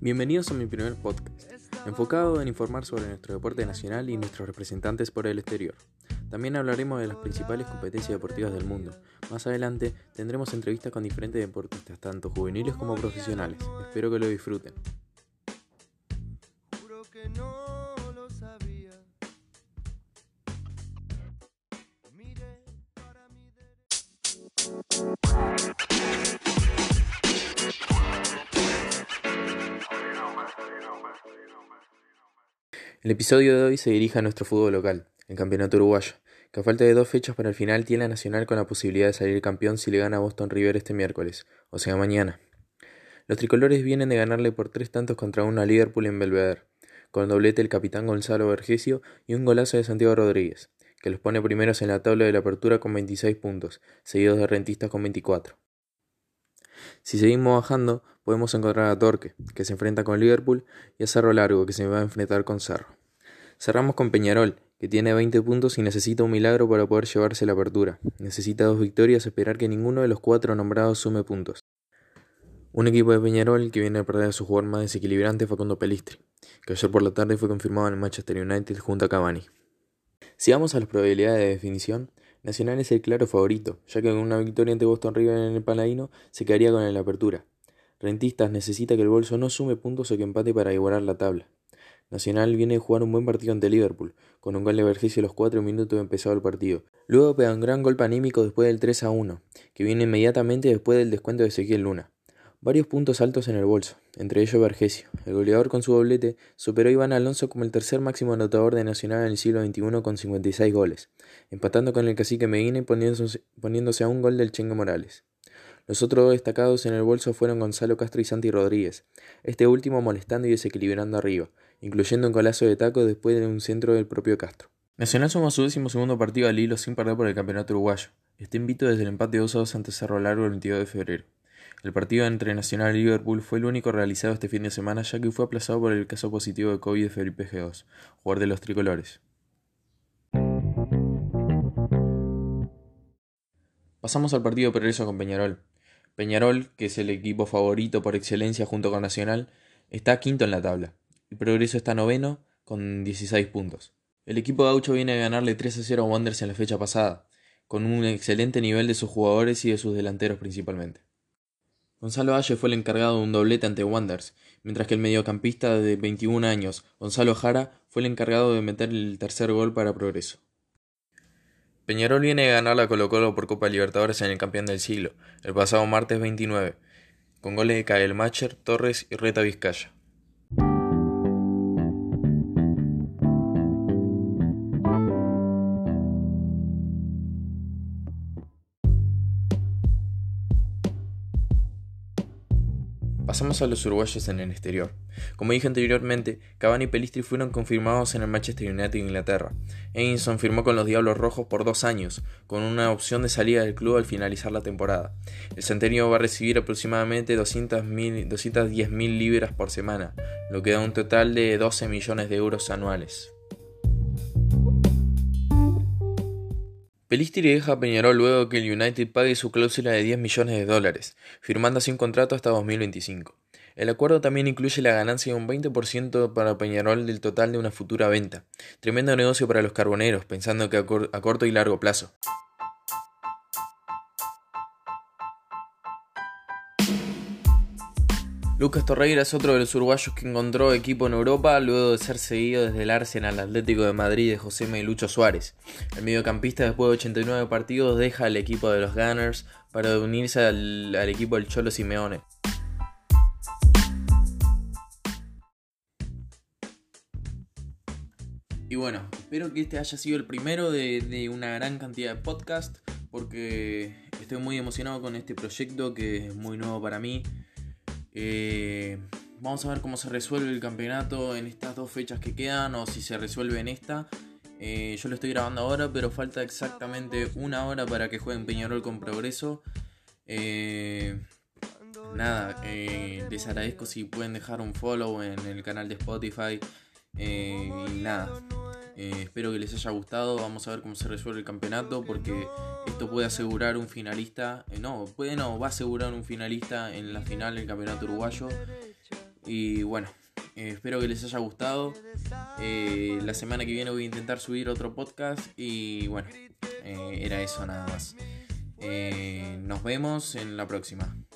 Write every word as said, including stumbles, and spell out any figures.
Bienvenidos a mi primer podcast, enfocado en informar sobre nuestro deporte nacional y nuestros representantes por el exterior. También hablaremos de las principales competencias deportivas del mundo. Más adelante tendremos entrevistas con diferentes deportistas, tanto juveniles como profesionales. Espero que lo disfruten. Juro que no lo sabía. Mire para mi El episodio de hoy se dirige a nuestro fútbol local, el campeonato uruguayo, que a falta de dos fechas para el final tiene a Nacional con la posibilidad de salir campeón si le gana a Boston River este miércoles, o sea mañana. Los tricolores vienen de ganarle por tres tantos contra uno a Liverpool en Belvedere, con doblete del capitán Gonzalo Vergesio y un golazo de Santiago Rodríguez, que los pone primeros en la tabla de la apertura con veintiséis puntos, seguidos de Rentistas con veinticuatro. Si seguimos bajando, podemos encontrar a Torque, que se enfrenta con Liverpool, y a Cerro Largo, que se va a enfrentar con Cerro. Cerramos con Peñarol, que tiene veinte puntos y necesita un milagro para poder llevarse la apertura. Necesita dos victorias y esperar que ninguno de los cuatro nombrados sume puntos. Un equipo de Peñarol que viene a perder a su jugador más desequilibrante, Facundo Pelistri, que ayer por la tarde fue confirmado en el Manchester United junto a Cavani. Si vamos a las probabilidades de definición, Nacional es el claro favorito, ya que con una victoria ante Boston River en el Paladino se quedaría con la apertura. Rentistas necesita que el bolso no sume puntos o que empate para igualar la tabla. Nacional viene de jugar un buen partido ante Liverpool, con un gol de Vergesio a los cuatro minutos de empezado el partido. Luego pega un gran golpe anímico después del tres a uno, que viene inmediatamente después del descuento de Ezequiel Luna. Varios puntos altos en el bolso, entre ellos Vergesio. El goleador con su doblete superó a Iván Alonso como el tercer máximo anotador de Nacional en el siglo veintiuno con cincuenta y seis goles, empatando con el cacique Medina y poniéndose, poniéndose a un gol del Chengue Morales. Los otros dos destacados en el bolso fueron Gonzalo Castro y Santi Rodríguez, este último molestando y desequilibrando arriba, incluyendo un golazo de taco después de un centro del propio Castro. Nacional sumó su décimo segundo partido al hilo sin perder por el campeonato uruguayo. Está invicto desde el empate dos a dos ante Cerro Largo el veintidós de febrero. El partido entre Nacional y Liverpool fue el único realizado este fin de semana, ya que fue aplazado por el caso positivo de COVID de Felipe G dos, jugador de los tricolores. Pasamos al partido de Progreso con Peñarol. Peñarol, que es el equipo favorito por excelencia junto con Nacional, está quinto en la tabla, y Progreso está noveno con dieciséis puntos. El equipo gaucho viene de ganarle tres a cero a Wanderers en la fecha pasada, con un excelente nivel de sus jugadores y de sus delanteros principalmente. Gonzalo Valle fue el encargado de un doblete ante Wanderers, mientras que el mediocampista de veintiún años, Gonzalo Jara, fue el encargado de meter el tercer gol para Progreso. Peñarol viene de ganar la Colo-Colo por Copa Libertadores en el campeón del siglo, el pasado martes veintinueve, con goles de Caelmacher, Torres y Reta Vizcaya. Pasamos a los uruguayos en el exterior. Como dije anteriormente, Cavani y Pelistri fueron confirmados en el Manchester United de Inglaterra. Edinson firmó con los Diablos Rojos por dos años, con una opción de salida del club al finalizar la temporada. El centenario va a recibir aproximadamente doscientas diez mil libras por semana, lo que da un total de doce millones de euros anuales. Pelistri deja a Peñarol luego que el United pague su cláusula de diez millones de dólares, firmando así un contrato hasta dos mil veinticinco. El acuerdo también incluye la ganancia de un veinte por ciento para Peñarol del total de una futura venta. Tremendo negocio para los carboneros, pensando que a, cor- a corto y largo plazo. Lucas Torreira es otro de los uruguayos que encontró equipo en Europa luego de ser seguido desde el Arsenal Atlético de Madrid de Josema y Lucho Suárez. El mediocampista, después de ochenta y nueve partidos, deja el equipo de los Gunners para unirse al, al equipo del Cholo Simeone. Y bueno, espero que este haya sido el primero de, de una gran cantidad de podcasts, porque estoy muy emocionado con este proyecto que es muy nuevo para mí. Eh, vamos a ver cómo se resuelve el campeonato en estas dos fechas que quedan, o si se resuelve en esta. Eh, yo lo estoy grabando ahora, pero falta exactamente una hora para que jueguen Peñarol con Progreso. Eh, nada, eh, les agradezco si pueden dejar un follow en el canal de Spotify. Eh, y nada, eh, espero que les haya gustado. Vamos a ver cómo se resuelve el campeonato, porque esto puede asegurar un finalista, eh, no, puede no, va a asegurar un finalista en la final del campeonato uruguayo. Y bueno, eh, espero que les haya gustado. Eh, la semana que viene voy a intentar subir otro podcast. Y bueno, eh, era eso nada más. Eh, nos vemos en la próxima.